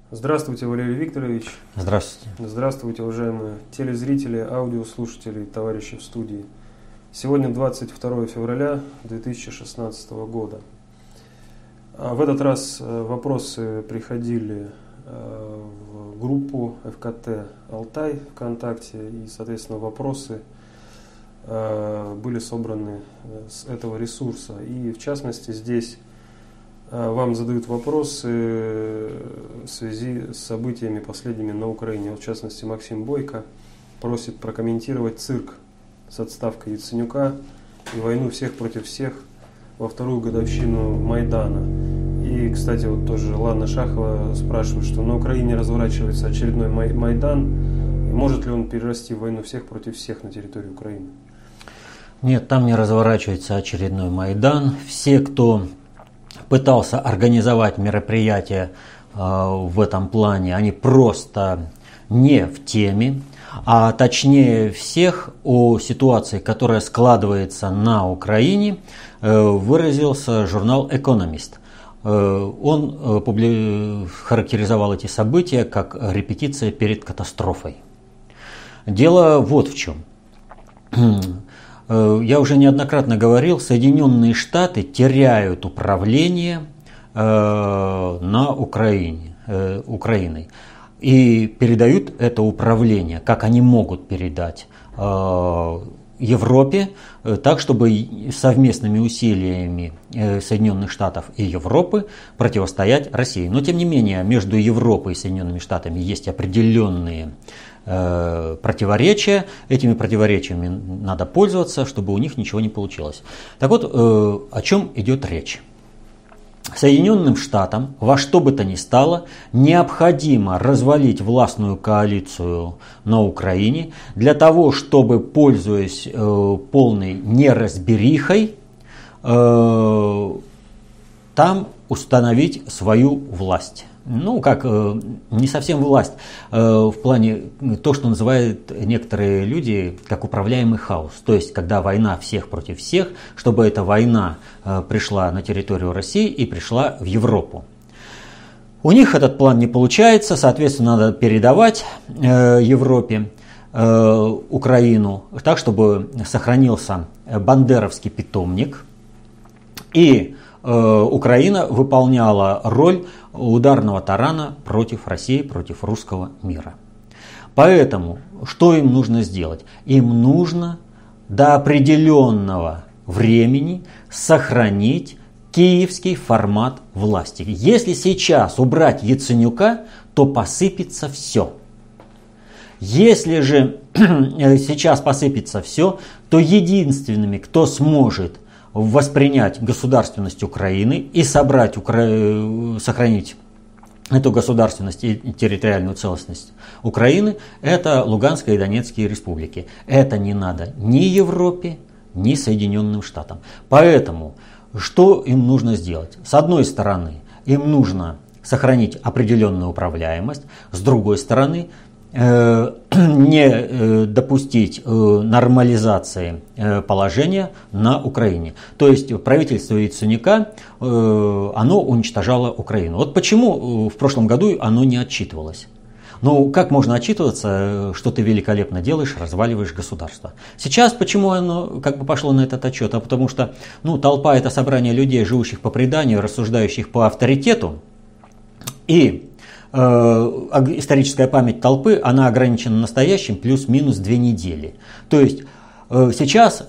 Здравствуйте, Валерий Викторович. Здравствуйте. Здравствуйте, уважаемые телезрители, аудиослушатели, товарищи в студии. Сегодня 22 февраля 2016 года. В этот раз вопросы приходили в группу ФКТ «Алтай» ВКонтакте, и, соответственно, вопросы были собраны с этого ресурса. И, в частности, здесь вам задают вопросы в связи с событиями последними на Украине. В частности, Максим Бойко просит прокомментировать цирк с отставкой Яценюка и войну всех против всех во вторую годовщину Майдана. И, кстати, вот тоже Лана Шахова спрашивает, что на Украине разворачивается очередной Майдан. И может ли он перерасти в войну всех против всех на территории Украины? Нет, там не разворачивается очередной Майдан. Все, кто пытался организовать мероприятие в этом плане, они просто не в теме. А точнее всех о ситуации, которая складывается на Украине, выразился журнал «Экономист». Он характеризовал эти события как репетиция перед катастрофой. Дело вот в чем. Я уже неоднократно говорил, Соединенные Штаты теряют управление на Украиной и передают это управление, как они могут передать, Европе, так, чтобы совместными усилиями Соединенных Штатов и Европы противостоять России. Но, тем не менее, между Европой и Соединенными Штатами есть определенные противоречия. Этими противоречиями надо пользоваться, чтобы у них ничего не получилось. Так вот, о чем идет речь? Соединенным Штатам во что бы то ни стало необходимо развалить властную коалицию на Украине для того, чтобы, пользуясь полной неразберихой, там установить свою власть. Ну, как не совсем власть, в плане то, что называют некоторые люди как управляемый хаос. То есть, когда война всех против всех, чтобы эта война пришла на территорию России и пришла в Европу. У них этот план не получается, соответственно, надо передавать Европе Украину так, чтобы сохранился бандеровский питомник, и Украина выполняла роль ударного тарана против России, против русского мира. Поэтому, что им нужно сделать? Им нужно до определенного времени сохранить киевский формат власти. Если сейчас убрать Яценюка, то посыпется все. Если же сейчас посыпется все, то единственными, кто сможет воспринять государственность Украины и сохранить эту государственность и территориальную целостность Украины, это Луганская и Донецкие республики. Это не надо ни Европе, ни Соединенным Штатам. Поэтому, что им нужно сделать? С одной стороны, им нужно сохранить определенную управляемость, с другой стороны, не допустить нормализации положения на Украине. То есть правительство Яценюка, оно уничтожало Украину. Вот почему в прошлом году оно не отчитывалось. Ну, как можно отчитываться, что ты великолепно делаешь, разваливаешь государство? Сейчас почему оно как бы пошло на этот отчет? А потому что толпа – это собрание людей, живущих по преданию, рассуждающих по авторитету, и историческая память толпы, она ограничена настоящим плюс-минус 2 недели. То есть сейчас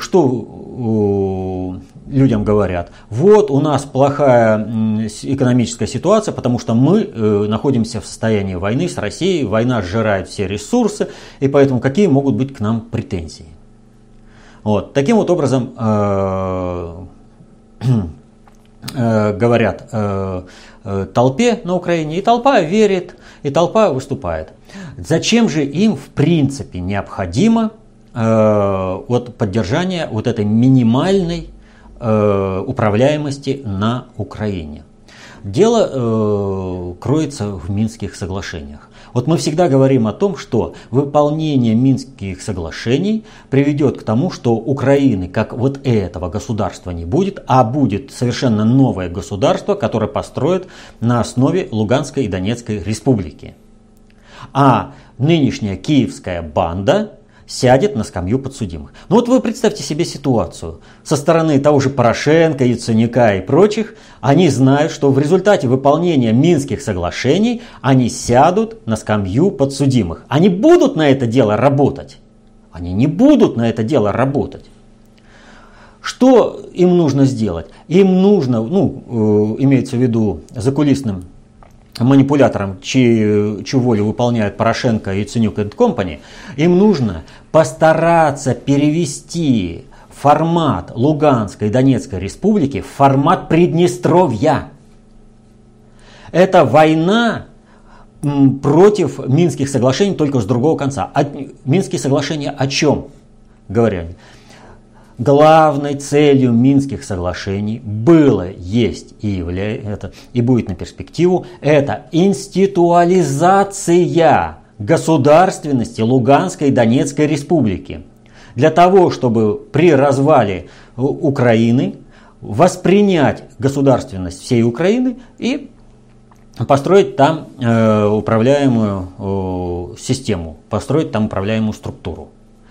что людям говорят? Вот у нас плохая экономическая ситуация, потому что мы находимся в состоянии войны с Россией, война сжирает все ресурсы, и поэтому какие могут быть к нам претензии? Вот. Таким вот образом говорят толпе на Украине, и толпа верит, и толпа выступает. Зачем же им в принципе необходимо поддержание этой минимальной управляемости на Украине? Дело кроется в Минских соглашениях. Вот мы всегда говорим о том, что выполнение Минских соглашений приведет к тому, что Украины как вот этого государства не будет, а будет совершенно новое государство, которое построят на основе Луганской и Донецкой республики. А нынешняя киевская банда сядет на скамью подсудимых. Ну вот вы представьте себе ситуацию. Со стороны того же Порошенко, Яценюка и прочих, они знают, что в результате выполнения Минских соглашений они сядут на скамью подсудимых. Они будут на это дело работать? Они не будут на это дело работать. Что им нужно сделать? Им нужно, имеется в виду закулисным манипуляторам, чью волю выполняют Порошенко, Яценюк и Компани, им нужно постараться перевести формат Луганской и Донецкой республики в формат Приднестровья. Это война против Минских соглашений, только с другого конца. Минские соглашения о чем говорят? Главной целью Минских соглашений было, есть и является, и будет на перспективу, это институализация государственности Луганской и Донецкой республики. Для того, чтобы при развале Украины воспринять государственность всей Украины и построить там управляемую систему, построить там управляемую структуру.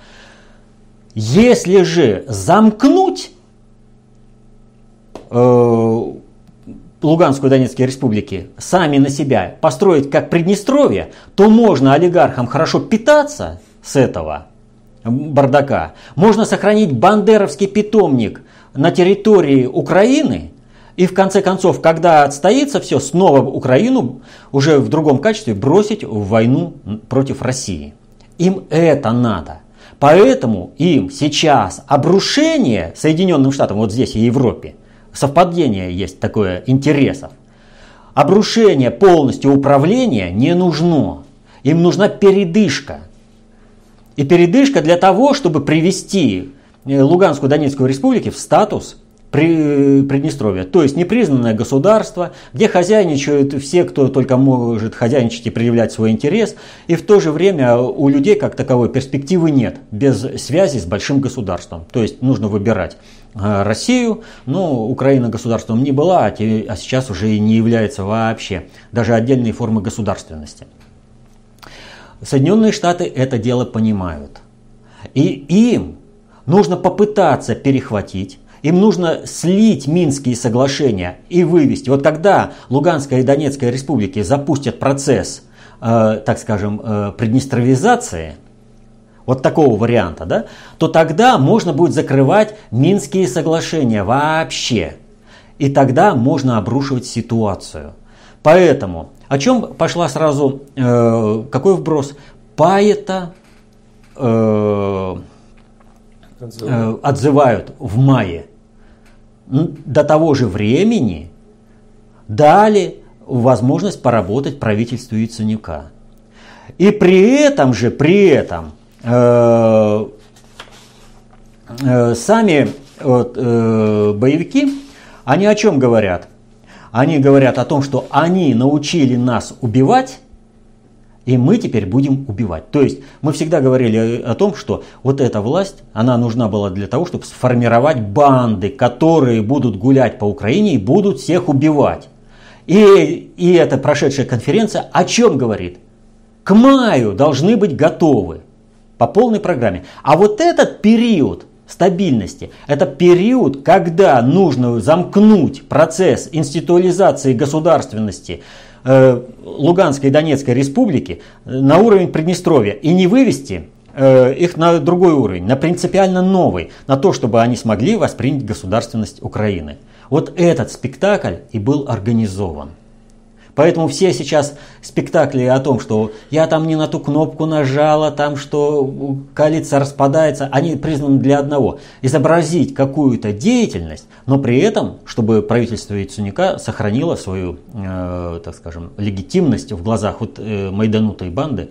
Если же замкнуть Луганскую и Донецкую республики сами на себя, построить как Приднестровье, то можно олигархам хорошо питаться с этого бардака. Можно сохранить бандеровский питомник на территории Украины. И в конце концов, когда отстоится все, снова Украину уже в другом качестве бросить в войну против России. Им это надо. Поэтому им сейчас обрушение Соединенным Штатам, вот здесь и Европе, совпадение есть такое интересов, обрушение полностью управления не нужно. Им нужна передышка. И передышка для того, чтобы привести Луганскую и Донецкую республики в статус Приднестровья. То есть непризнанное государство, где хозяйничают все, кто только может хозяйничать и проявлять свой интерес. И в то же время у людей как таковой перспективы нет, без связи с большим государством. То есть нужно выбирать Россию, но Украина государством не была, а сейчас уже и не является вообще. Даже отдельной формы государственности. Соединенные Штаты это дело понимают. И им нужно попытаться перехватить. Им нужно слить Минские соглашения и вывести. Вот когда Луганская и Донецкая республики запустят процесс, так скажем, приднестровизации, вот такого варианта, да, то тогда можно будет закрывать Минские соглашения вообще. И тогда можно обрушивать ситуацию. Поэтому, о чем пошла сразу, какой вброс? Пайета отзывают в мае. До того же времени дали возможность поработать правительству Яценюка. И при этом сами боевики, они о чем говорят? Они говорят о том, что они научили нас убивать, и мы теперь будем убивать. То есть мы всегда говорили о том, что вот эта власть, она нужна была для того, чтобы сформировать банды, которые будут гулять по Украине и будут всех убивать. И эта прошедшая конференция о чем говорит? К маю должны быть готовы по полной программе. А вот этот период стабильности, это период, когда нужно замкнуть процесс институализации государственности Луганской и Донецкой республики на уровень Приднестровья и не вывести их на другой уровень, на принципиально новый, на то, чтобы они смогли воспринять государственность Украины. Вот этот спектакль и был организован. Поэтому все сейчас спектакли о том, что я там не на ту кнопку нажала, там что коалиция распадается, они признаны для одного. Изобразить какую-то деятельность, но при этом, чтобы правительство Яценюка сохранило свою, так скажем, легитимность в глазах вот майданутой банды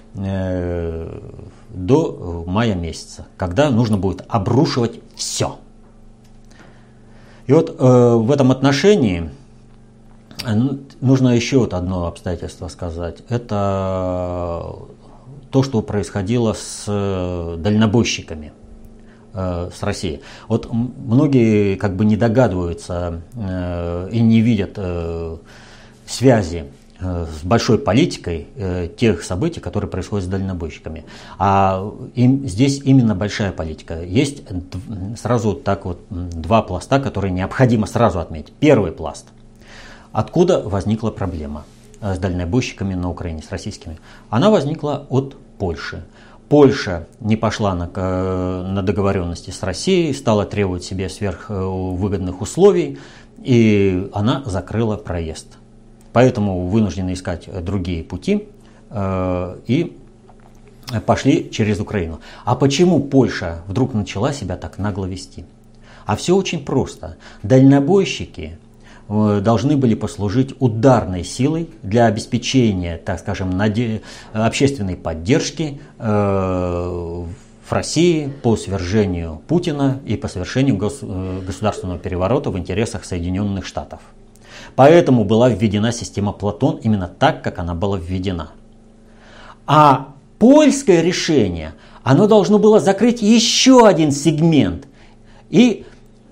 до мая месяца, когда нужно будет обрушивать все. И вот в этом отношении Нужно еще вот одно обстоятельство сказать. Это то, что происходило с дальнобойщиками с Россией. Вот многие как бы не догадываются и не видят связи с большой политикой тех событий, которые происходят с дальнобойщиками. А здесь именно большая политика. Есть сразу так вот два пласта, которые необходимо сразу отметить. Первый пласт. Откуда возникла проблема с дальнобойщиками на Украине, с российскими? Она возникла от Польши. Польша не пошла на договоренности с Россией, стала требовать себе сверхвыгодных условий, и она закрыла проезд. Поэтому вынуждены искать другие пути и пошли через Украину. А почему Польша вдруг начала себя так нагло вести? А все очень просто. Дальнобойщики должны были послужить ударной силой для обеспечения, так скажем, общественной поддержки в России по свержению Путина и по совершению государственного переворота в интересах Соединенных Штатов. Поэтому была введена система Платон именно так, как она была введена. А польское решение, оно должно было закрыть еще один сегмент и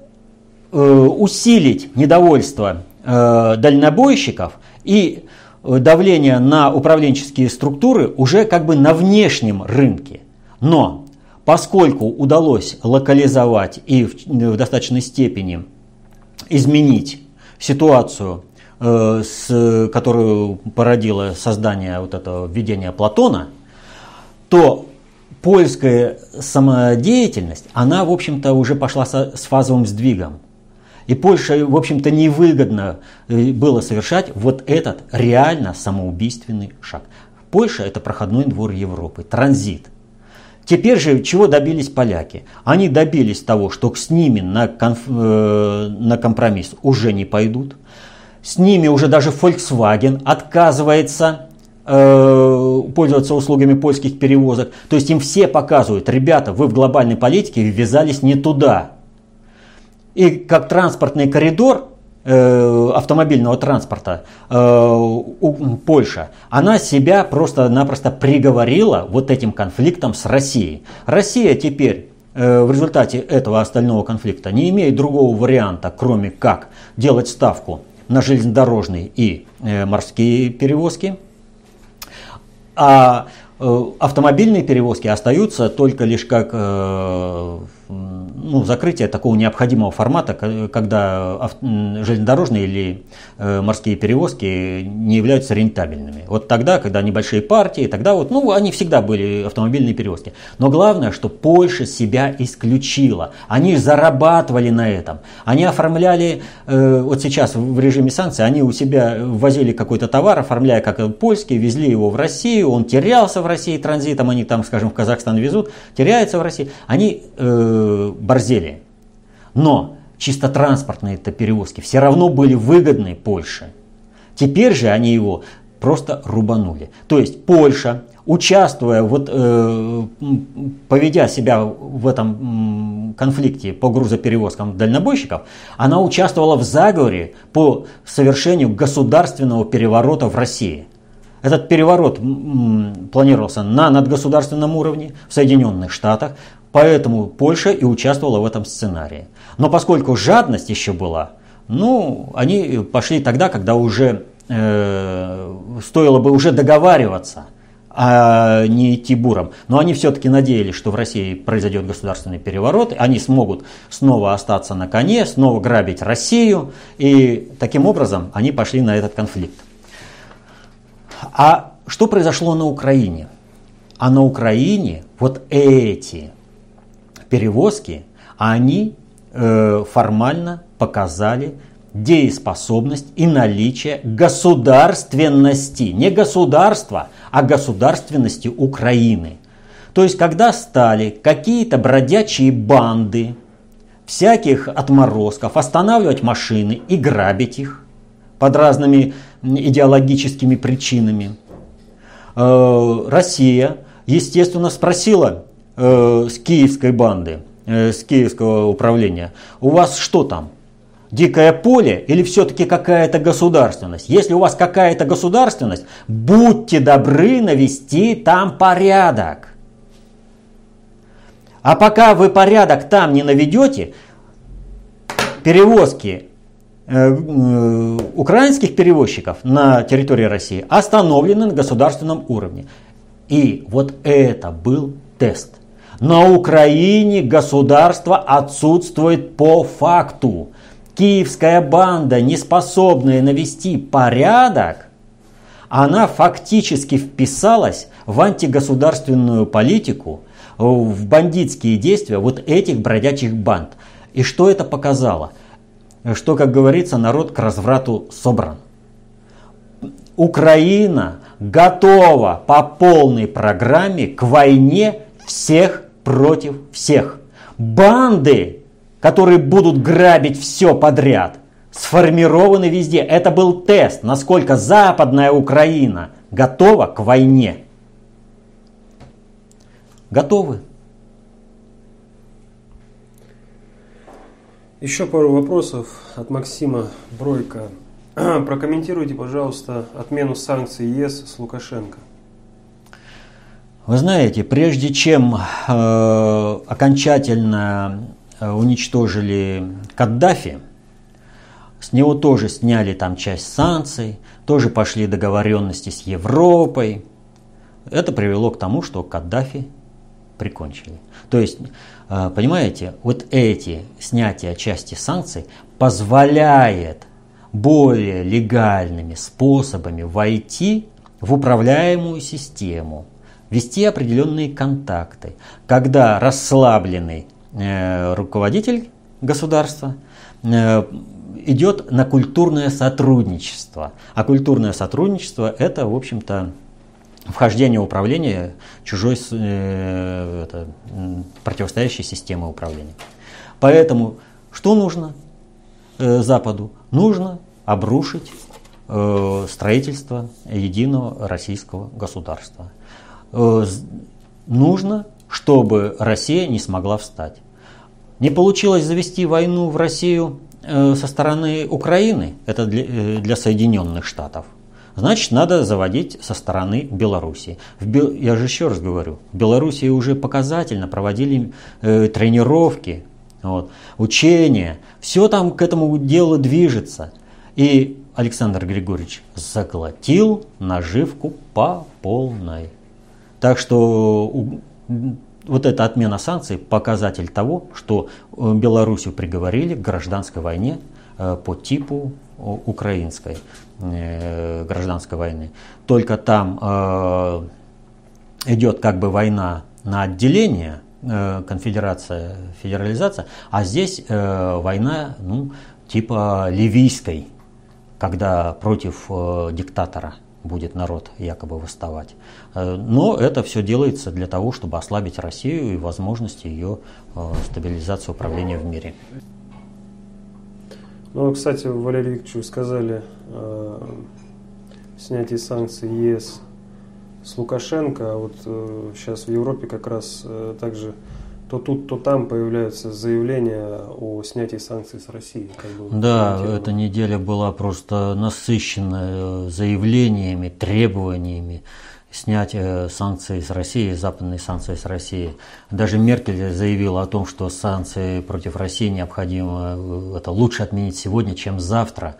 усилить недовольство дальнобойщиков и давление на управленческие структуры уже как бы на внешнем рынке. Но поскольку удалось локализовать и в достаточной степени изменить ситуацию, которую породило создание вот этого введения Платона, то польская самодеятельность, она, в общем-то, уже пошла с фазовым сдвигом. И Польше, в общем-то, невыгодно было совершать вот этот реально самоубийственный шаг. Польша – это проходной двор Европы, транзит. Теперь же чего добились поляки? Они добились того, что с ними на компромисс уже не пойдут. С ними уже даже Volkswagen отказывается пользоваться услугами польских перевозок. То есть им все показывают: ребята, вы в глобальной политике ввязались не туда. И как транспортный коридор автомобильного транспорта Польша, она себя просто-напросто приговорила вот этим конфликтом с Россией. Россия теперь в результате этого остального конфликта не имеет другого варианта, кроме как делать ставку на железнодорожные и морские перевозки. А автомобильные перевозки остаются только лишь как закрытие такого необходимого формата, когда железнодорожные или морские перевозки не являются рентабельными. Вот тогда, когда небольшие партии, тогда они всегда были автомобильные перевозки. Но главное, что Польша себя исключила. Они зарабатывали на этом. Они оформляли, вот сейчас в режиме санкций, они у себя возили какой-то товар, оформляя как польский, везли его в Россию, он терялся в России транзитом, они там, скажем, в Казахстан везут, теряется в России. Они борзели. Но чисто транспортные-то перевозки все равно были выгодны Польше. Теперь же они его просто рубанули. То есть Польша, участвуя, поведя себя в этом конфликте по грузоперевозкам дальнобойщиков, она участвовала в заговоре по совершению государственного переворота в России. Этот переворот планировался на надгосударственном уровне в Соединенных Штатах, поэтому Польша и участвовала в этом сценарии. Но поскольку жадность еще была, они пошли тогда, когда уже стоило бы уже договариваться, а не идти буром. Но они все-таки надеялись, что в России произойдет государственный переворот, они смогут снова остаться на коне, снова грабить Россию, и таким образом они пошли на этот конфликт. А что произошло на Украине? А на Украине вот эти перевозки, они формально показали дееспособность и наличие государственности, не государства, а государственности Украины. То есть, когда стали какие-то бродячие банды всяких отморозков останавливать машины и грабить их под разными идеологическими причинами, Россия, естественно, спросила с киевской банды, с киевского управления: у вас что там? дикое поле или все-таки какая-то государственность? Если у вас какая-то государственность, будьте добры навести там порядок. А пока вы порядок там не наведете, перевозки украинских перевозчиков на территории России остановлены на государственном уровне. И вот это был тест. На Украине государство отсутствует по факту. Киевская банда, не способная навести порядок, она фактически вписалась в антигосударственную политику, в бандитские действия вот этих бродячих банд. И что это показало? Что, как говорится, народ к разврату собран. Украина готова по полной программе к войне всех против всех. Банды, которые будут грабить все подряд, сформированы везде. Это был тест, насколько Западная Украина готова к войне. Готовы. Еще пару вопросов от Максима Бройко. Прокомментируйте, пожалуйста, отмену санкций ЕС с Лукашенко. Вы знаете, прежде чем окончательно уничтожили Каддафи, с него тоже сняли там часть санкций, тоже пошли договоренности с Европой. Это привело к тому, что Каддафи прикончили. То есть, понимаете, вот эти снятия части санкций позволяет более легальными способами войти в управляемую систему, вести определенные контакты, когда расслабленный руководитель государства идет на культурное сотрудничество. А культурное сотрудничество – это, в общем-то, вхождение в управление чужой противостоящей системы управления. Поэтому что нужно Западу? Нужно обрушить строительство единого российского государства. Нужно, чтобы Россия не смогла встать. Не получилось завести войну в Россию со стороны Украины, это для Соединенных Штатов. Значит, надо заводить со стороны Белоруссии. Я же еще раз говорю, в Белоруссии уже показательно проводили тренировки, учения. Все там к этому делу движется. И Александр Григорьевич заглотил наживку по полной. Так что вот эта отмена санкций показатель того, что Белоруссию приговорили к гражданской войне по типу украинской гражданской войны. Только там идет как бы война на отделение, конфедерация, федерализация, а здесь война типа ливийской, когда против диктатора будет народ якобы восставать. Но это все делается для того, чтобы ослабить Россию и возможности ее стабилизации управления в мире. Ну, кстати, Валерий Викторович, вы сказали снятие санкций ЕС с Лукашенко, а вот сейчас в Европе как раз также то тут, то там появляются заявления о снятии санкций с Россией. Да, эта неделя была просто насыщена заявлениями, требованиями снять санкции с России, западные санкции с России. Даже Меркель заявила о том, что санкции против России необходимо, это лучше отменить сегодня, чем завтра.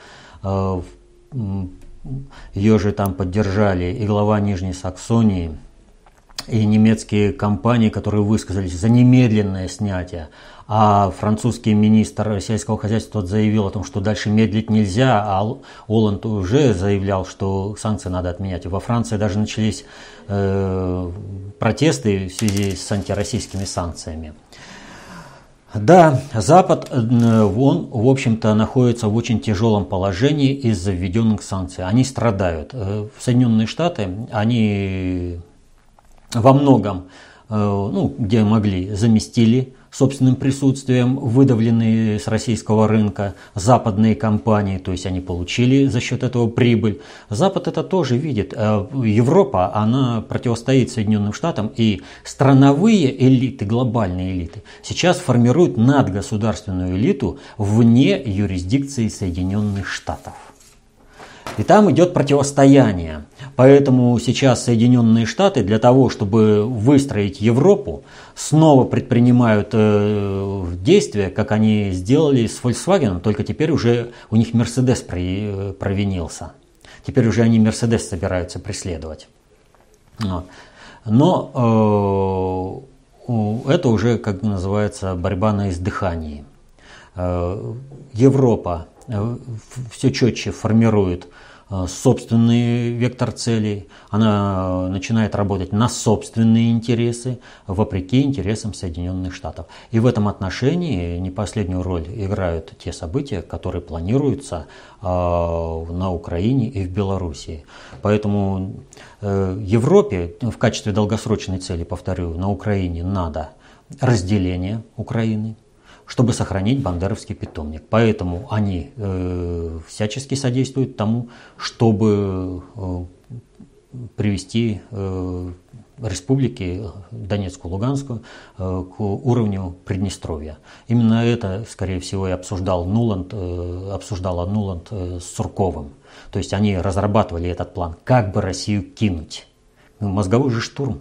Ее же там поддержали и глава Нижней Саксонии, и немецкие компании, которые высказались за немедленное снятие. А французский министр сельского хозяйства заявил о том, что дальше медлить нельзя, а Олланд уже заявлял, что санкции надо отменять. И во Франции даже начались протесты в связи с антироссийскими санкциями. Да, Запад, он, в общем-то, находится в очень тяжелом положении из-за введенных санкций. Они страдают. Соединенные Штаты, они во многом, где могли, заместили собственным присутствием выдавленные с российского рынка западные компании, то есть они получили за счет этого прибыль. Запад это тоже видит. Европа, она противостоит Соединенным Штатам, и страновые элиты, глобальные элиты, сейчас формируют надгосударственную элиту вне юрисдикции Соединенных Штатов. И там идет противостояние. Поэтому сейчас Соединенные Штаты для того, чтобы выстроить Европу, снова предпринимают действия, как они сделали с Volkswagen, только теперь уже у них Mercedes провинился. Теперь уже они Mercedes собираются преследовать. Но это уже, как называется, борьба на издыхании. Европа все четче формирует собственный вектор целей, она начинает работать на собственные интересы, вопреки интересам Соединенных Штатов. И в этом отношении не последнюю роль играют те события, которые планируются на Украине и в Белоруссии. Поэтому Европе в качестве долгосрочной цели, повторю, на Украине надо разделение Украины, чтобы сохранить бандеровский питомник. Поэтому они всячески содействуют тому, чтобы привести республики Донецкую, Луганскую к уровню Приднестровья. Именно это, скорее всего, и обсуждала Нуланд с Сурковым. То есть они разрабатывали этот план, как бы Россию кинуть. Мозговой же штурм.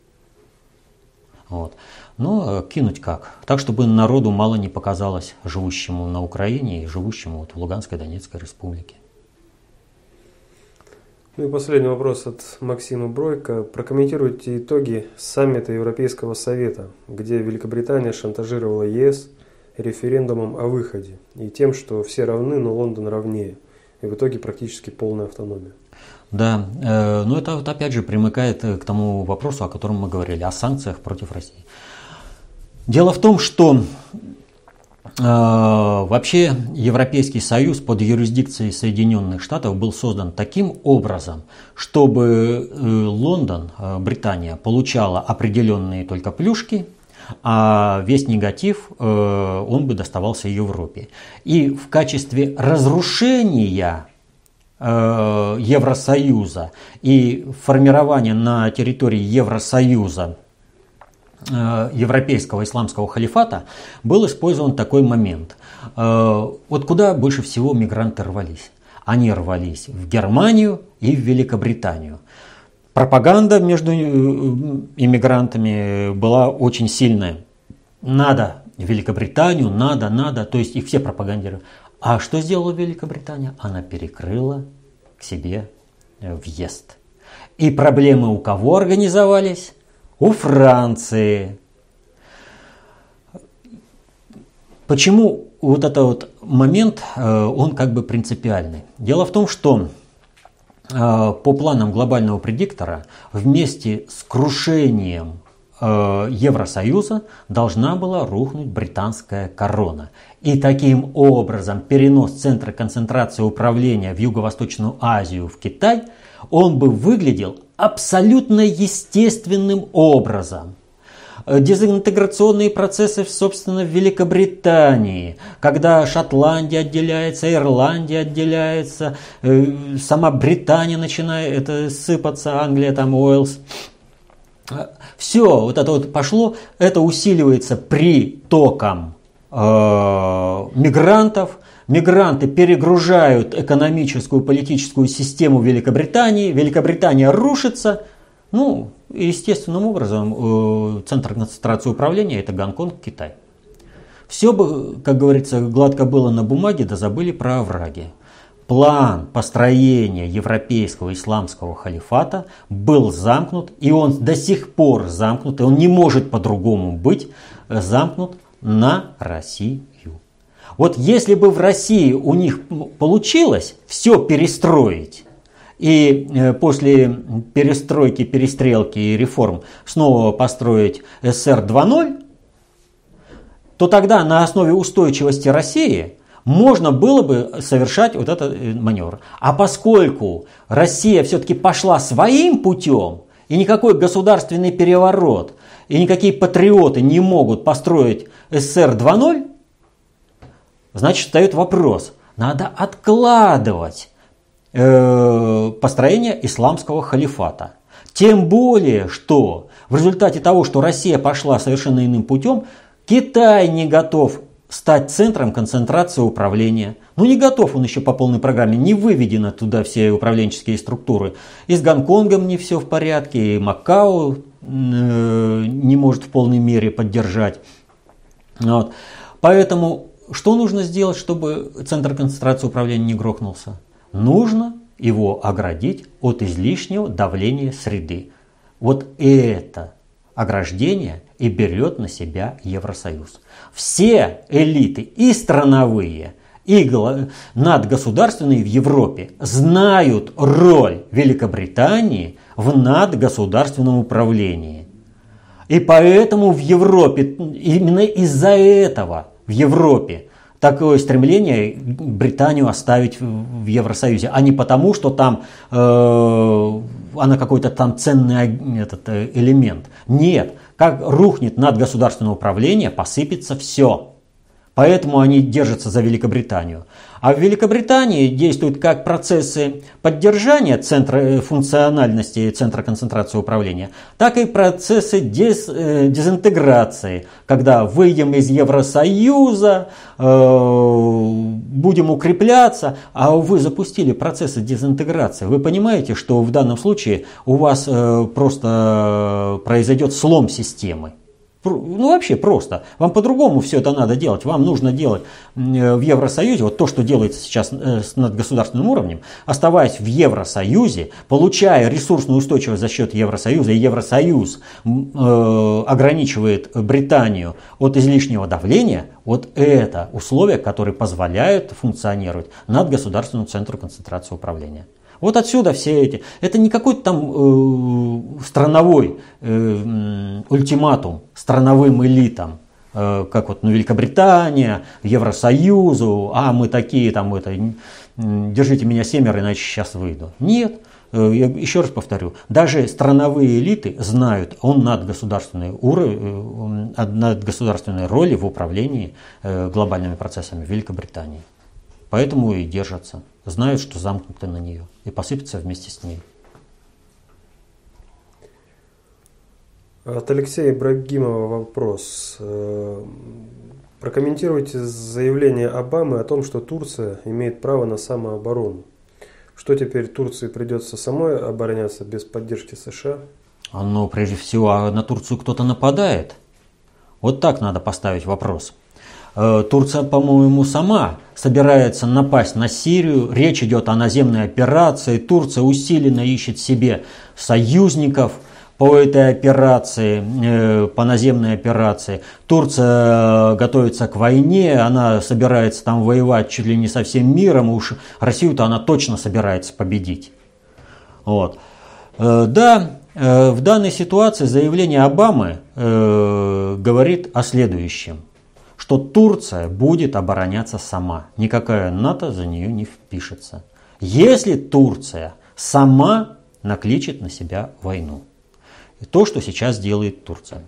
Вот. Но кинуть как? Так, чтобы народу мало не показалось, живущему на Украине и живущему в Луганской Донецкой республике. Ну и последний вопрос от Максима Бройко. Прокомментируйте итоги саммита Европейского совета, где Великобритания шантажировала ЕС референдумом о выходе и тем, что все равны, но Лондон равнее. И в итоге практически полная автономия. Да, но это вот опять же примыкает к тому вопросу, о котором мы говорили, о санкциях против России. Дело в том, что вообще Европейский Союз под юрисдикцией Соединенных Штатов был создан таким образом, чтобы Лондон, Британия, получала определенные только плюшки, а весь негатив он бы доставался Европе. И в качестве разрушения Евросоюза и формирования на территории Евросоюза Европейского исламского халифата был использован такой момент. Вот куда больше всего мигранты рвались? Они рвались в Германию и в Великобританию. Пропаганда между иммигрантами была очень сильная. Надо в Великобританию, надо, то есть их все пропагандировали. А что сделала Великобритания? Она перекрыла к себе въезд. И проблемы у кого организовались? У Франции. Почему вот этот вот момент, он как бы принципиальный? Дело в том, что по планам глобального предиктора вместе с крушением Евросоюза должна была рухнуть британская корона. И таким образом перенос центра концентрации управления в Юго-Восточную Азию, в Китай, он бы выглядел абсолютно естественным образом. Дезинтеграционные процессы, собственно, в Великобритании, когда Шотландия отделяется, Ирландия отделяется, сама Британия начинает сыпаться, Англия, там, Уэльс. Все вот это вот пошло, это усиливается притоком мигрантов. Мигранты перегружают экономическую, политическую систему Великобритании. Великобритания рушится. Ну, естественным образом, центр концентрации управления – это Гонконг, Китай. Все бы, как говорится, гладко было на бумаге, да забыли про овраги. План построения европейского исламского халифата был замкнут, и он до сих пор замкнут, и он не может по-другому быть замкнут на Россию. Вот если бы в России у них получилось все перестроить, и после перестройки, перестрелки и реформ снова построить СССР 2.0, то тогда на основе устойчивости России можно было бы совершать вот этот маневр. А поскольку Россия все-таки пошла своим путем, и никакой государственный переворот и никакие патриоты не могут построить СССР 2.0, значит, встает вопрос, надо откладывать построение исламского халифата. Тем более, что в результате того, что Россия пошла совершенно иным путем, Китай не готов стать центром концентрации управления. Ну не готов он еще по полной программе, не выведены туда все управленческие структуры. И с Гонконгом не все в порядке, и Макао не может в полной мере поддержать. Вот. Поэтому что нужно сделать, чтобы центр концентрации управления не грохнулся? Нужно его оградить от излишнего давления среды. Вот это ограждение и берет на себя Евросоюз. Все элиты, и страновые, и надгосударственные в Европе знают роль Великобритании в надгосударственном управлении. И поэтому в Европе, именно из-за этого в Европе такое стремление Британию оставить в Евросоюзе, а не потому, что там она какой-то там ценный элемент. Нет, как рухнет надгосударственное управление, посыпется все. Поэтому они держатся за Великобританию. А в Великобритании действуют как процессы поддержания центра функциональности центра концентрации управления, так и процессы дезинтеграции, когда выйдем из Евросоюза, будем укрепляться, а вы запустили процессы дезинтеграции. Вы понимаете, что в данном случае у вас просто произойдет слом системы. Ну вообще просто. Вам по-другому все это надо делать. Вам нужно делать в Евросоюзе вот то, что делается сейчас с надгосударственным уровнем, оставаясь в Евросоюзе, получая ресурсную устойчивость за счет Евросоюза, и Евросоюз ограничивает Британию от излишнего давления, вот это условия, которые позволяют функционировать надгосударственному центру концентрации управления. Вот отсюда все эти. Это не какой-то там страновой ультиматум страновым элитам, как вот Великобритания, Евросоюзу, а мы такие там держите меня 7, иначе сейчас выйду. Нет, я еще раз повторю, даже страновые элиты знают о надгосударственной роли в управлении глобальными процессами в Великобритании. Поэтому и держатся. Знают, что замкнуты на нее. И посыпятся вместе с ней. От Алексея Ибрагимова вопрос. Прокомментируйте заявление Обамы о том, что Турция имеет право на самооборону. Что теперь Турции придется самой обороняться без поддержки США? Но прежде всего на Турцию кто-то нападает. Вот так надо поставить вопрос. Турция, по-моему, сама собирается напасть на Сирию. Речь идет о наземной операции. Турция усиленно ищет себе союзников по этой операции, по наземной операции. Турция готовится к войне, она собирается там воевать чуть ли не со всем миром. Уж Россию-то она точно собирается победить. Вот. Да, в данной ситуации заявление Обамы говорит о следующем. Что Турция будет обороняться сама. Никакая НАТО за нее не впишется. Если Турция сама накличет на себя войну. То, что сейчас делает Турция.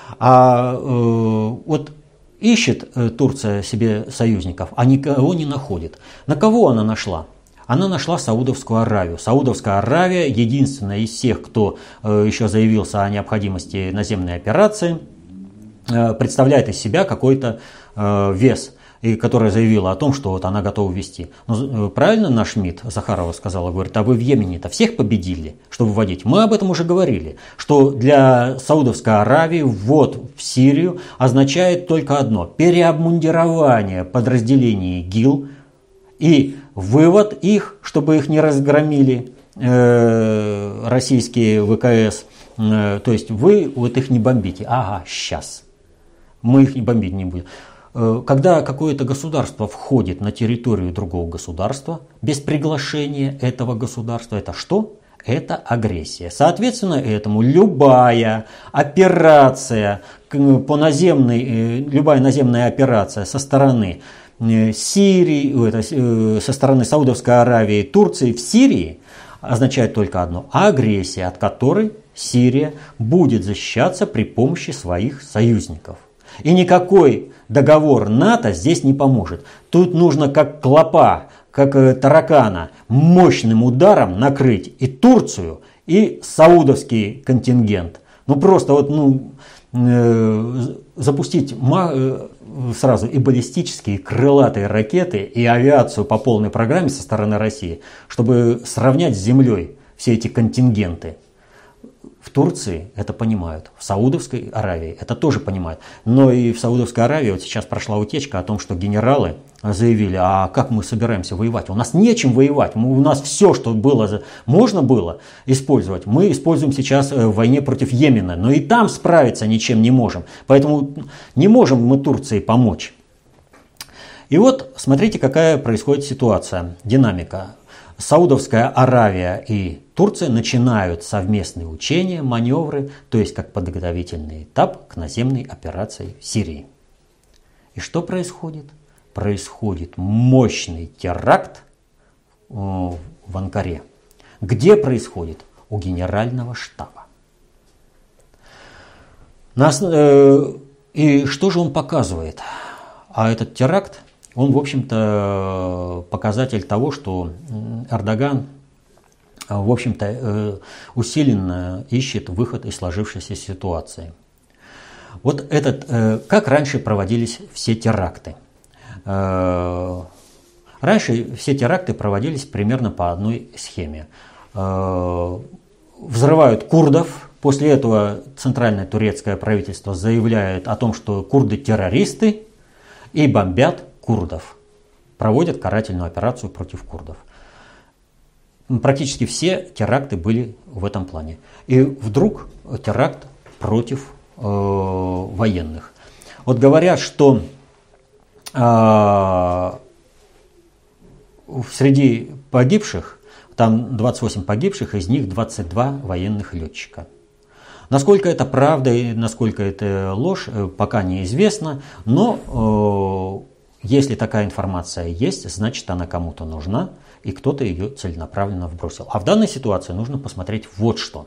Вот ищет Турция себе союзников, а никого не находит. На кого она нашла? Она нашла Саудовскую Аравию. Саудовская Аравия единственная из всех, кто еще заявился о необходимости наземной операции, представляет из себя какой-то вес, и которая заявила о том, что вот она готова ввести. Но правильно наш МИД Захарова сказала, говорит, а вы в Йемене-то всех победили, чтобы вводить? Мы об этом уже говорили, что для Саудовской Аравии ввод в Сирию означает только одно – переобмундирование подразделений ИГИЛ и вывод их, чтобы их не разгромили российские ВКС. То есть вы вот их не бомбите. Ага, сейчас. Мы их не бомбить не будем. Когда какое-то государство входит на территорию другого государства без приглашения этого государства, это что? Это агрессия. Соответственно, этому любая операция любая наземная операция со стороны Сирии, со стороны Саудовской Аравии, Турции в Сирии означает только одно – агрессия, от которой Сирия будет защищаться при помощи своих союзников. И никакой договор НАТО здесь не поможет. Тут нужно как клопа, как таракана, мощным ударом накрыть и Турцию, и саудовский контингент. Ну просто вот, запустить сразу и баллистические, и крылатые ракеты, и авиацию по полной программе со стороны России, чтобы сравнять с землей все эти контингенты. В Турции это понимают, в Саудовской Аравии это тоже понимают. Но и в Саудовской Аравии вот сейчас прошла утечка о том, что генералы заявили, а как мы собираемся воевать? У нас нечем воевать, у нас все, что было, можно было использовать, мы используем сейчас в войне против Йемена. Но и там справиться ничем не можем, поэтому не можем мы Турции помочь. И вот смотрите, какая происходит ситуация, динамика. Саудовская Аравия и Турция начинают совместные учения, маневры, то есть как подготовительный этап к наземной операции в Сирии. И что происходит? Происходит мощный теракт в Анкаре. Где происходит? У генерального штаба. И что же он показывает? А этот теракт, он, в общем-то, показатель того, что Эрдоган, в общем-то, усиленно ищет выход из сложившейся ситуации. Вот как раньше проводились все теракты. Раньше все теракты проводились примерно по одной схеме. Взрывают курдов, после этого центральное турецкое правительство заявляет о том, что курды террористы, и бомбят курдов, проводят карательную операцию против курдов. Практически все теракты были в этом плане. И вдруг теракт против военных. Вот говорят, что среди погибших, там 28 погибших, из них 22 военных летчика. Насколько это правда и насколько это ложь, пока неизвестно, но если такая информация есть, значит она кому-то нужна, и кто-то ее целенаправленно вбросил. А в данной ситуации нужно посмотреть вот что.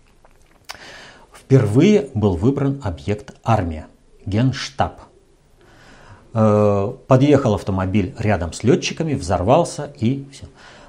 Впервые был выбран объект армия, Генштаб. Подъехал автомобиль рядом с летчиками, взорвался и все.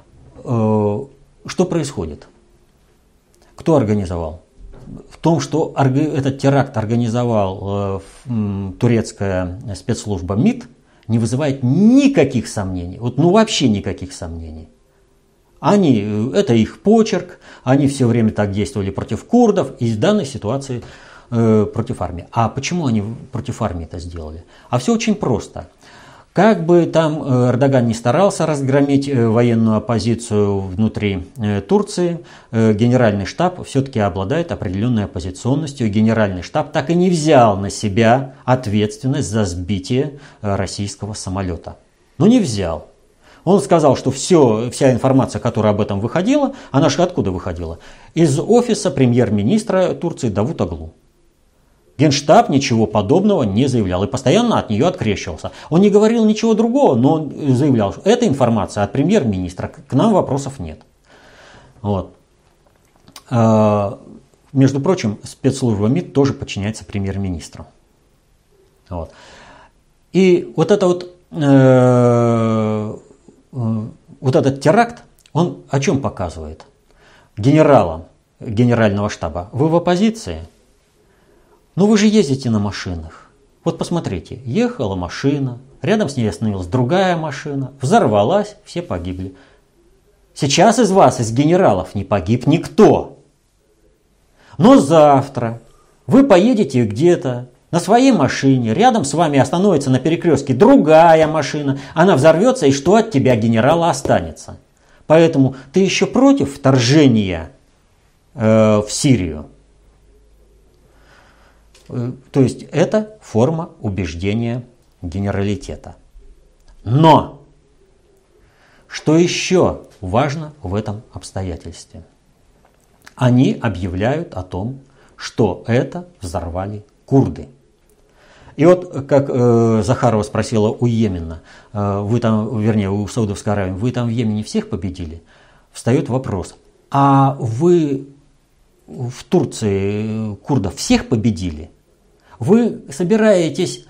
Что происходит? Кто организовал? В том, что этот теракт организовал турецкая спецслужба МИД, не вызывает никаких сомнений. Вот, вообще никаких сомнений. Это их почерк, они все время так действовали против курдов, и в данной ситуации против армии. А почему они против армии это сделали? А все очень просто. Как бы там Эрдоган не старался разгромить военную оппозицию внутри Турции, генеральный штаб все-таки обладает определенной оппозиционностью. И генеральный штаб так и не взял на себя ответственность за сбитие российского самолета. Не взял. Он сказал, что вся информация, которая об этом выходила, она же откуда выходила? Из офиса премьер-министра Турции Давутоглу. Генштаб ничего подобного не заявлял и постоянно от нее открещивался. Он не говорил ничего другого, но он заявлял, что эта информация от премьер-министра, к нам вопросов нет. Вот. Между прочим, спецслужба МИД тоже подчиняется премьер-министру. Вот. И вот этот теракт, он о чем показывает? Генералам генерального штаба: вы в оппозиции? Вы же ездите на машинах. Вот посмотрите, ехала машина, рядом с ней остановилась другая машина, взорвалась, все погибли. Сейчас из вас, из генералов, не погиб никто. Но завтра вы поедете где-то на своей машине, рядом с вами остановится на перекрестке другая машина, она взорвется, и что от тебя, генерала, останется? Поэтому ты еще против вторжения в Сирию? То есть это форма убеждения генералитета. Но что еще важно в этом обстоятельстве? Они объявляют о том, что это взорвали курды. И вот как Захарова спросила у Йемена, у Саудовской Аравии, вы там в Йемене всех победили? Встает вопрос: а вы в Турции курдов всех победили. Вы собираетесь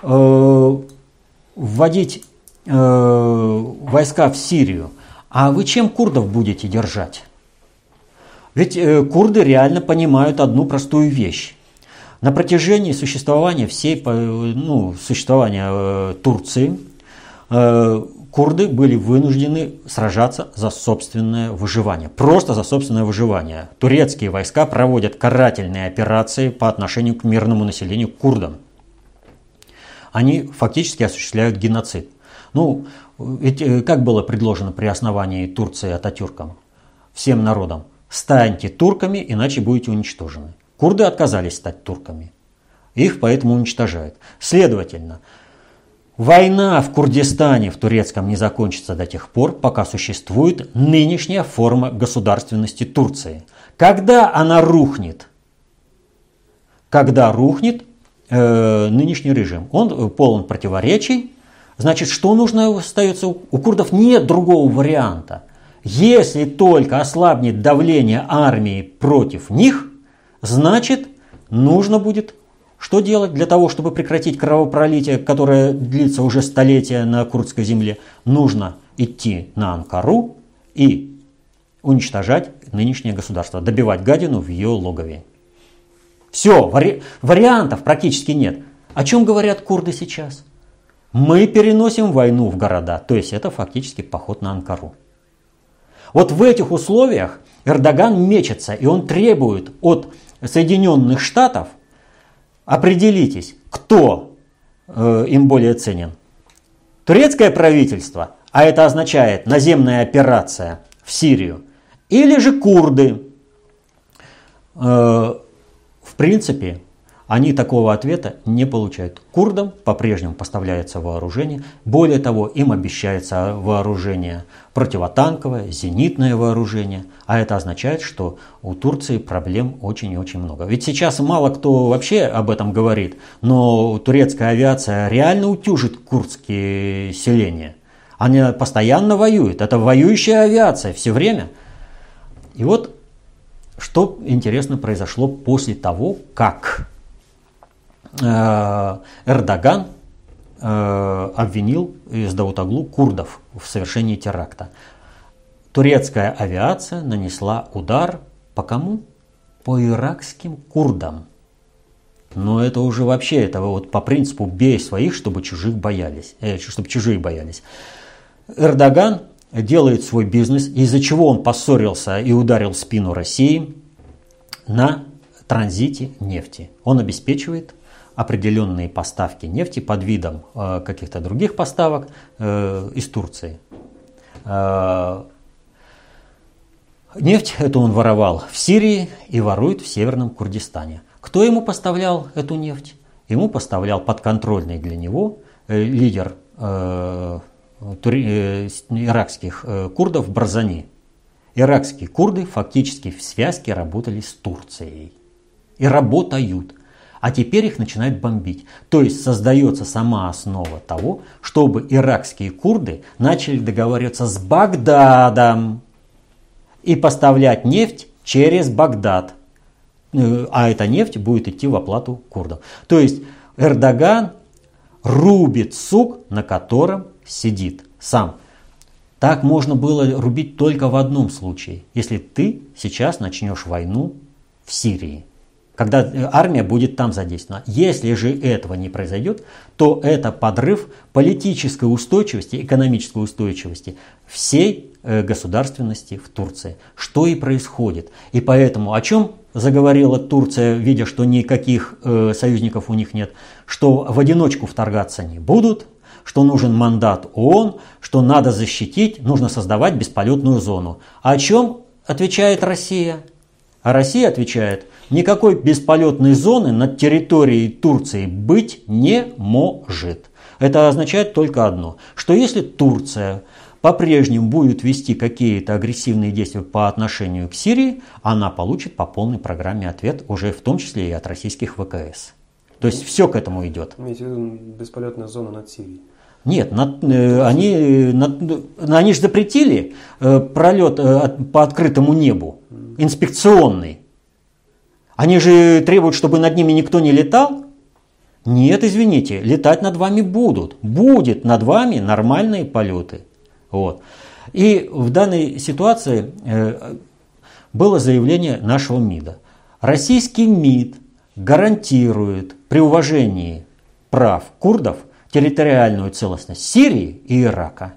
вводить войска в Сирию, а вы чем курдов будете держать? Ведь курды реально понимают одну простую вещь. На протяжении существования существования Турции курды были вынуждены сражаться за собственное выживание. Просто за собственное выживание. Турецкие войска проводят карательные операции по отношению к мирному населению, к курдам. Они фактически осуществляют геноцид. Ведь как было предложено при основании Турции Ататюрком? Всем народам: станьте турками, иначе будете уничтожены. Курды отказались стать турками. Их поэтому уничтожают. Следовательно, война в Курдистане, в турецком, не закончится до тех пор, пока существует нынешняя форма государственности Турции. Когда она рухнет? Когда рухнет нынешний режим. Он полон противоречий. Значит, что нужно остается? У курдов нет другого варианта. Если только ослабнет давление армии против них, значит, нужно будет что делать для того, чтобы прекратить кровопролитие, которое длится уже столетия на курдской земле? Нужно идти на Анкару и уничтожать нынешнее государство, добивать гадину в ее логове. Все, вариантов практически нет. О чем говорят курды сейчас? Мы переносим войну в города, то есть это фактически поход на Анкару. Вот в этих условиях Эрдоган мечется, и он требует от Соединенных Штатов: определитесь, кто им более ценен. Турецкое правительство, а это означает наземная операция в Сирию, или же курды. В принципе, они такого ответа не получают. Курдам по-прежнему поставляется вооружение. Более того, им обещается вооружение противотанковое, зенитное вооружение. А это означает, что у Турции проблем очень и очень много. Ведь сейчас мало кто вообще об этом говорит, но турецкая авиация реально утюжит курдские селения. Они постоянно воюют. Это воюющая авиация все время. И вот что интересно произошло после того, как Эрдоган обвинил из Давутоглу курдов в совершении теракта. Турецкая авиация нанесла удар по кому? По иракским курдам. Но это уже вообще, это вот по принципу «бей своих, чтобы чужих боялись», чтобы чужие боялись. Эрдоган делает свой бизнес, из-за чего он поссорился и ударил в спину России на транзите нефти. Он обеспечивает определенные поставки нефти под видом каких-то других поставок из Турции. Нефть эту он воровал в Сирии и ворует в Северном Курдистане. Кто ему поставлял эту нефть? Ему поставлял подконтрольный для него лидер иракских курдов Барзани. Иракские курды фактически в связке работали с Турцией. И работают. А теперь их начинают бомбить. То есть создается сама основа того, чтобы иракские курды начали договариваться с Багдадом и поставлять нефть через Багдад. А эта нефть будет идти в оплату курдов. То есть Эрдоган рубит сук, на котором сидит сам. Так можно было рубить только в одном случае, если ты сейчас начнешь войну в Сирии, когда армия будет там задействована. Если же этого не произойдет, то это подрыв политической устойчивости, экономической устойчивости всей государственности в Турции. Что и происходит. И поэтому о чем заговорила Турция, видя, что никаких союзников у них нет, что в одиночку вторгаться не будут, что нужен мандат ООН, что надо защитить, нужно создавать бесполетную зону. А о чем отвечает Россия? А Россия отвечает: никакой бесполетной зоны над территорией Турции быть не может. Это означает только одно, что если Турция по-прежнему будет вести какие-то агрессивные действия по отношению к Сирии, она получит по полной программе ответ, уже в том числе и от российских ВКС. То есть все к этому идет. Имеете в виду бесполетная зона над Сирией? Нет, они же запретили пролет по открытому небу, инспекционный. Они же требуют, чтобы над ними никто не летал? Нет, извините, летать над вами будут. Будет над вами нормальные полеты. Вот. И в данной ситуации было заявление нашего МИДа. Российский МИД гарантирует при уважении прав курдов территориальную целостность Сирии и Ирака.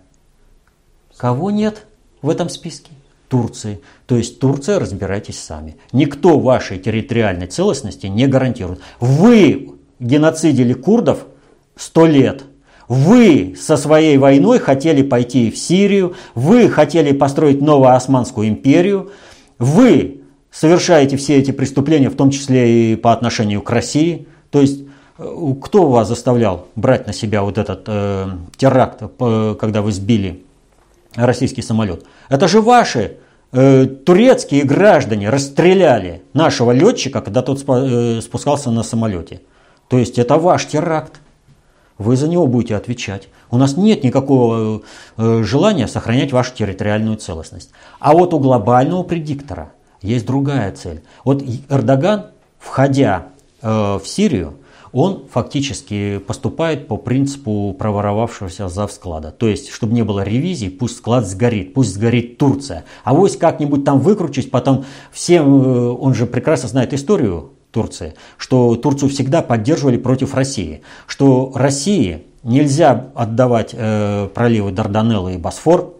Кого нет в этом списке? Турции. То есть Турция, разбирайтесь сами. Никто вашей территориальной целостности не гарантирует. Вы геноцидили курдов 100 лет. Вы со своей войной хотели пойти в Сирию. Вы хотели построить новую Османскую империю. Вы совершаете все эти преступления, в том числе и по отношению к России. То есть кто вас заставлял брать на себя вот этот теракт, когда вы сбили российский самолет? Это же ваши турецкие граждане расстреляли нашего летчика, когда тот спускался на самолете. То есть это ваш теракт. Вы за него будете отвечать. У нас нет никакого желания сохранять вашу территориальную целостность. А вот у глобального предиктора есть другая цель. Вот Эрдоган, входя в Сирию, он фактически поступает по принципу проворовавшегося завсклада. То есть, чтобы не было ревизий, пусть склад сгорит, пусть сгорит Турция. А вось как-нибудь там выкручусь, потом всем, он же прекрасно знает историю Турции, что Турцию всегда поддерживали против России, что России нельзя отдавать проливы Дарданеллы и Босфор,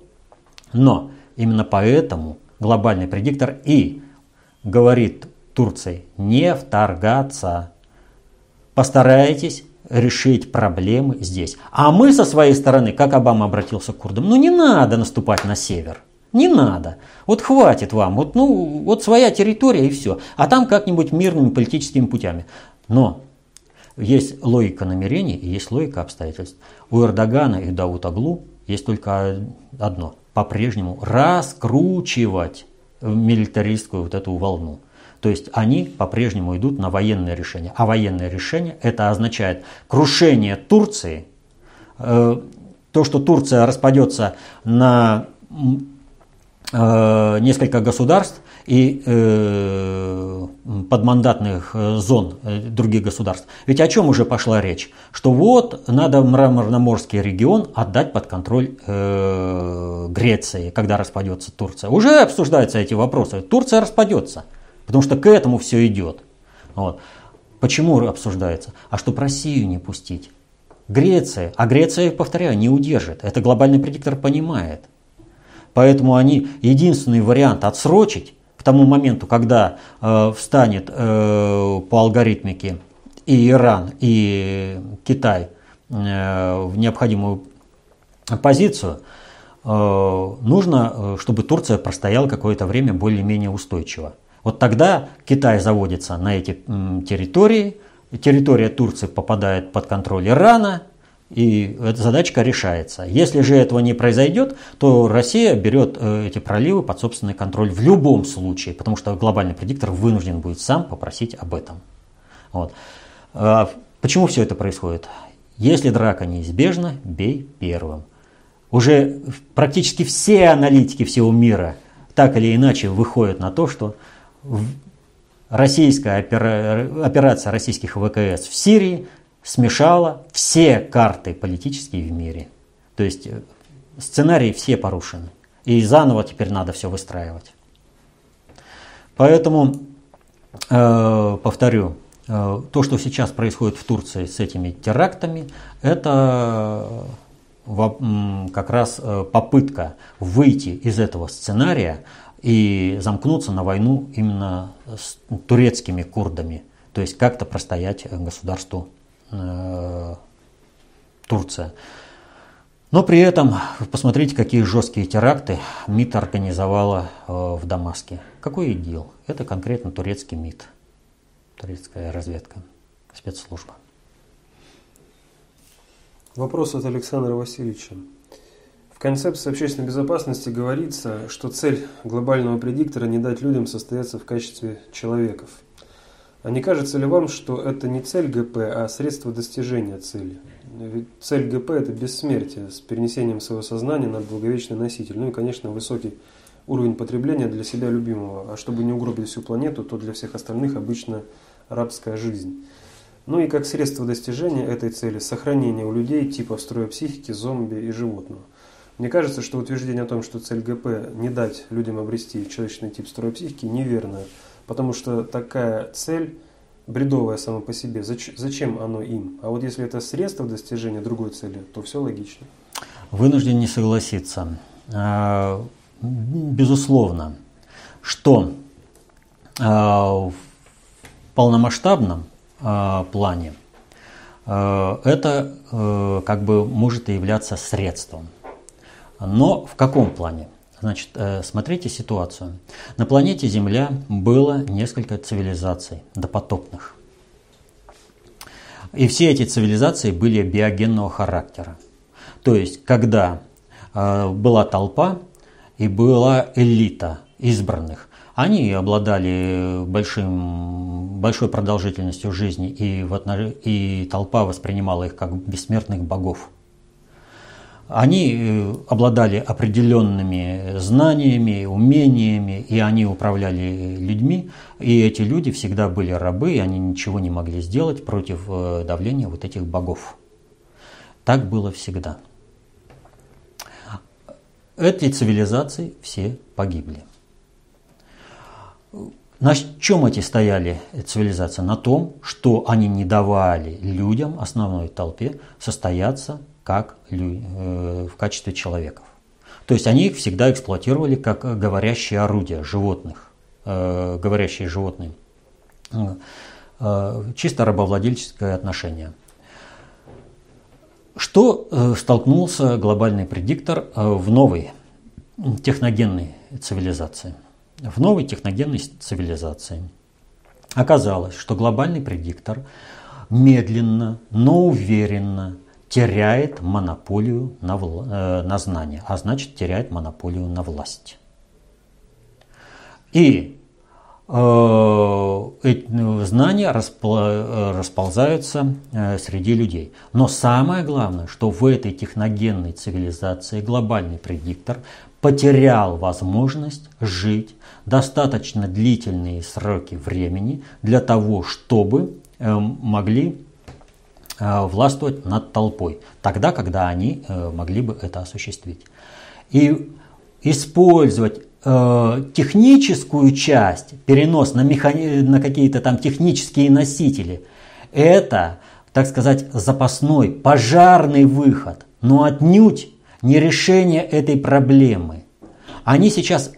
но именно поэтому глобальный предиктор и говорит Турции не вторгаться. Постарайтесь решить проблемы здесь. А мы со своей стороны, как Обама обратился к курдам, не надо наступать на север. Не надо. Вот хватит вам. Вот своя территория и все. А там как-нибудь мирными политическими путями. Но есть логика намерений и есть логика обстоятельств. У Эрдогана и Давутоглу есть только одно. По-прежнему раскручивать милитаристскую вот эту волну. То есть они по-прежнему идут на военное решение. А военное решение это означает крушение Турции. То, что Турция распадется на несколько государств и подмандатных зон других государств. Ведь о чем уже пошла речь? Что вот надо Мраморноморский регион отдать под контроль Греции, когда распадется Турция. Уже обсуждаются эти вопросы. Турция распадется. Потому что к этому все идет. Вот. Почему обсуждается? А чтобы Россию не пустить. Греция, повторяю, не удержит. Это глобальный предиктор понимает. Поэтому они единственный вариант отсрочить к тому моменту, когда встанет по алгоритмике и Иран, и Китай в необходимую позицию, нужно, чтобы Турция простояла какое-то время более-менее устойчиво. Вот тогда Китай заводится на эти территории, территория Турции попадает под контроль Ирана, и эта задачка решается. Если же этого не произойдет, то Россия берет эти проливы под собственный контроль в любом случае, потому что глобальный предиктор вынужден будет сам попросить об этом. Вот. Почему все это происходит? Если драка неизбежна, бей первым. Уже практически все аналитики всего мира так или иначе выходят на то, что российская операция российских ВКС в Сирии смешала все карты политические в мире. То есть сценарии все порушены. И заново теперь надо все выстраивать. Поэтому, повторю, то, что сейчас происходит в Турции с этими терактами, это как раз попытка выйти из этого сценария и замкнуться на войну именно с турецкими курдами. То есть как-то простоять государству Турция. Но при этом посмотрите, какие жесткие теракты МИД организовала в Дамаске. Какой ИГИЛ? Это конкретно турецкий МИД, турецкая разведка, спецслужба. Вопрос от Александра Васильевича. В концепции общественной безопасности говорится, что цель глобального предиктора не дать людям состояться в качестве человеков. А не кажется ли вам, что это не цель ГП, а средство достижения цели? Ведь цель ГП – это бессмертие с перенесением своего сознания над долговечный носитель. Ну и, конечно, высокий уровень потребления для себя любимого, а чтобы не угробить всю планету, то для всех остальных обычно рабская жизнь. Ну и как средство достижения этой цели сохранение у людей типа строя психики, зомби и животного. Мне кажется, что утверждение о том, что цель ГП не дать людям обрести человечный тип строя психики, неверное, потому что такая цель бредовая сама по себе. Зачем оно им? А вот если это средство достижения другой цели, то все логично. Вынужден не согласиться. Безусловно, что в полномасштабном плане это как бы может и являться средством. Но в каком плане? Значит, смотрите ситуацию. На планете Земля было несколько цивилизаций допотопных. И все эти цивилизации были биогенного характера. То есть, когда была толпа и была элита избранных, они обладали большой продолжительностью жизни, и толпа воспринимала их как бессмертных богов. Они обладали определенными знаниями, умениями, и они управляли людьми, и эти люди всегда были рабы, и они ничего не могли сделать против давления вот этих богов. Так было всегда. Эти цивилизации все погибли. На чем эти стояли цивилизации? На том, что они не давали людям, основной толпе, состояться в качестве человеков. То есть они их всегда эксплуатировали как говорящие орудия животных, говорящие животные. Чисто рабовладельческое отношение. Что столкнулся глобальный предиктор в новой техногенной цивилизации? В новой техногенной цивилизации оказалось, что глобальный предиктор медленно, но уверенно теряет монополию на знания, а значит теряет монополию на власть. И знания расползаются среди людей. Но самое главное, что в этой техногенной цивилизации глобальный предиктор потерял возможность жить достаточно длительные сроки времени для того, чтобы могли властвовать над толпой, тогда, когда они могли бы это осуществить. И использовать техническую часть, перенос на какие-то там технические носители, это, так сказать, запасной, пожарный выход, но отнюдь не решение этой проблемы. Они сейчас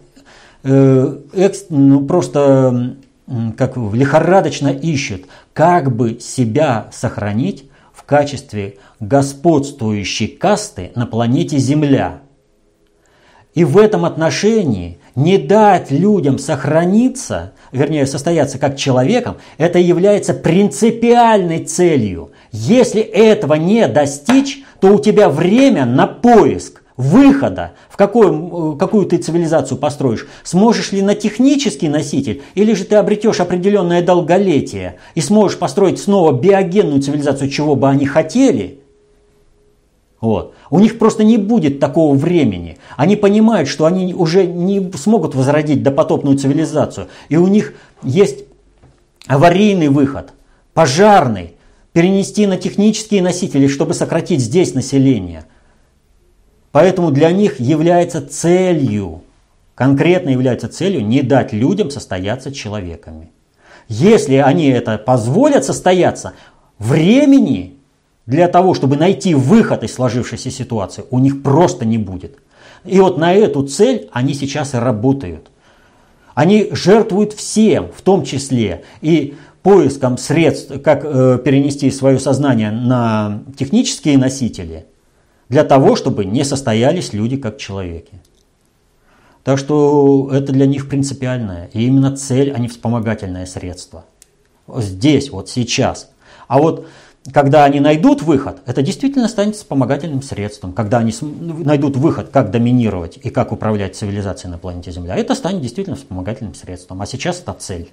просто как лихорадочно ищут, как бы себя сохранить в качестве господствующей касты на планете Земля. И в этом отношении не дать людям сохраниться, вернее состояться как человеком, это является принципиальной целью. Если этого не достичь, то у тебя время на поиск выхода, в какую ты цивилизацию построишь. Сможешь ли на технический носитель, или же ты обретешь определенное долголетие и сможешь построить снова биогенную цивилизацию, чего бы они хотели. Вот. У них просто не будет такого времени. Они понимают, что они уже не смогут возродить допотопную цивилизацию. И у них есть аварийный выход, пожарный, перенести на технические носители, чтобы сократить здесь население. Поэтому для них является целью, конкретно является целью не дать людям состояться человеками. Если они это позволят состояться, времени для того, чтобы найти выход из сложившейся ситуации, у них просто не будет. И вот на эту цель они сейчас и работают. Они жертвуют всем, в том числе и поиском средств, как перенести свое сознание на технические носители, для того, чтобы не состоялись люди как человеки. Так что это для них принципиальное. И именно цель, а не вспомогательное средство. Здесь, вот сейчас. А вот когда они найдут выход, это действительно станет вспомогательным средством. Когда они найдут выход, как доминировать и как управлять цивилизацией на планете Земля, это станет действительно вспомогательным средством. А сейчас это цель.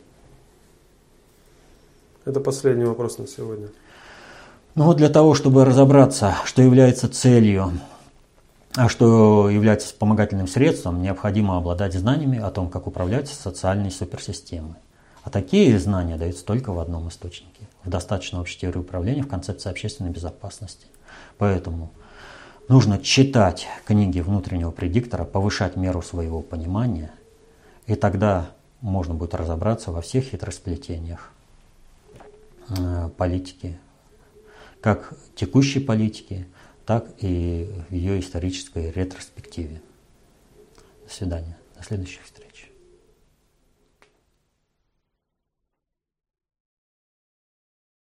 Это последний вопрос на сегодня. Ну вот для того, чтобы разобраться, что является целью А что является вспомогательным средством, необходимо обладать знаниями о том, как управлять социальной суперсистемой. А такие знания даются только в одном источнике – в достаточной общей теории управления в концепции общественной безопасности. Поэтому нужно читать книги внутреннего предиктора, повышать меру своего понимания, и тогда можно будет разобраться во всех хитросплетениях политики, как текущей политики, так и в ее исторической ретроспективе. До свидания. До следующих встреч.